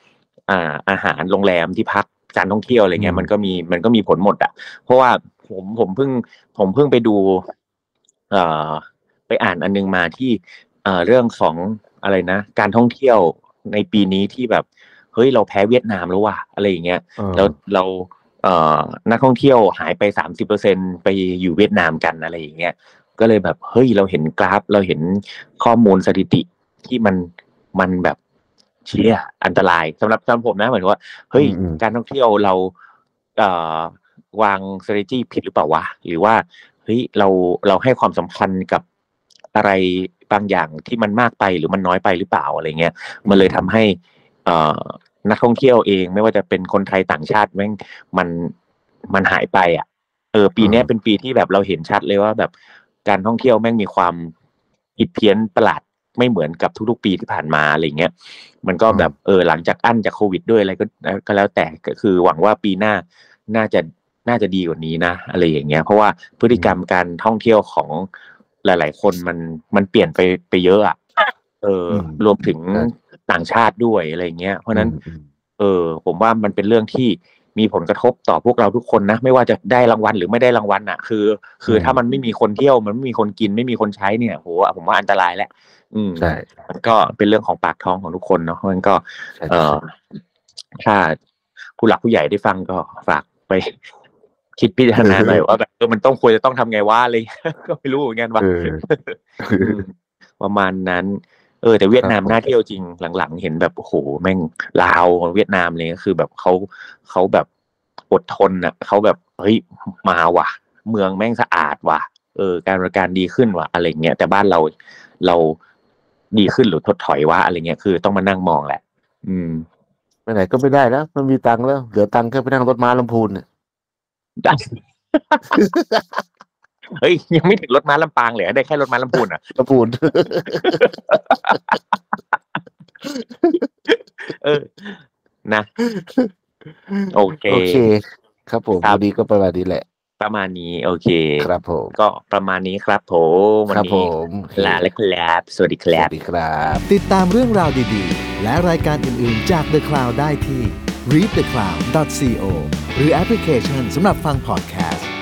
อาหารโรงแรมที่พักการท่องเที่ยวอะไรเงี้ยมันก็มีผลหมดอ่ะเพราะว่าผมเพิ่งไปดูไปอ่านอันนึงมาที่เรื่องของอะไรนะการท่องเที่ยวในปีนี้ที่แบบเฮ้ยเราแพ้เวียดนามแล้วว่ะอะไรอย่างเงี้ยแล้วเรานักท่องเที่ยวหายไป 30% ไปอยู่เวียดนามกันอะไรอย่างเงี้ยก็เลยแบบเฮ้ยเราเห็นกราฟเราเห็นข้อมูลสถิติที่มันแบบเชี่ยอันตรายสำหรับผมนะหมายถึงว่าเฮ้ยการท่องเที่ยวเราวาง strategy ผิดหรือเปล่าวะหรือว่าเฮ้ยเราให้ความสำคัญกับอะไรบางอย่างที่มันมากไปหรือมันน้อยไปหรือเปล่าอะไรเงี้ยมันเลยทำให้นักท่องเที่ยวเองไม่ว่าจะเป็นคนไทยต่างชาติแม่งมันหายไปอ่ะปีนี้เป็นปีที่แบบเราเห็นชัดเลยว่าแบบการท่องเที่ยวแม่งมีความผิดเพี้ยนประหลาดไม่เหมือนกับทุกๆปีที่ผ่านมาอะไรเงี้ยมันก็แบบหลังจากอั้นจากโควิดด้วยอะไรก็แล้วแต่ก็คือหวังว่าปีหน้าน่าจะดีกว่านี้นะอะไรอย่างเงี้ยเพราะว่าพฤติกรรมการท่องเที่ยวของหลายๆคนมันเปลี่ยนไปเยอะอ่ะรวมถึงต่างชาติด้วยอะไรเงี้ยเพราะนั้นผมว่ามันเป็นเรื่องที่มีผลกระทบต่อพวกเราทุกคนนะไม่ว่าจะได้รางวัลหรือไม่ได้รางวัลอ่ะคือถ้ามันไม่มีคนเที่ยวมันไม่มีคนกินไม่มีคนใช้เนี่ยโหผมว่าอันตรายแล้วใช่มันก็เป็นเรื่องของปากท้องของทุกคนเนาะมันก็ถ้าผู้หลักผู้ใหญ่ได้ฟังก็ฝากไปคิดพิจารณาหน่อยว่าแบบมันควรจะต้องทำไงว่าอะไรก็ไม่รู้เหมือนกันว่าประมาณนั้นแต่เวียดนามน่าเที่ยวจริงหลังๆเห็นแบบโอ้โหแม่งลาวเวียดนามเลยก็คือแบบเขาแบบอดทนอ่ะเขาแบบเฮ้ยมาว่ะเมืองแม่งสะอาดว่ะการบริการดีขึ้นว่ะอะไรเงี้ยแต่บ้านเราดีขึ้นหรือถดถอยวะอะไรเงี้ยคือต้องมานั่งมองแหละไปไหนก็ไม่ได้แล้วมันมีตังค์แล้วเหลือตังค์แค่ไปนั่งรถม้าลำพูนเนี่ยเฮ้ยยังไม่ถึงรถม้าลำปางเลยได้แค่รถม้าลำพูนอ่ะลำพูนนะโอเคครับผมวันนี้ก็ประมาณนี้แหละประมาณนี้โอเคครับผมก็ประมาณนี้ครับผมวันนี้ลาแล้วครับสวัสดีครับติดตามเรื่องราวดีๆและรายการอื่นๆจาก The Cloud ได้ที่ readthecloud.co หรือแอปพลิเคชันสำหรับฟังพอดแคสต์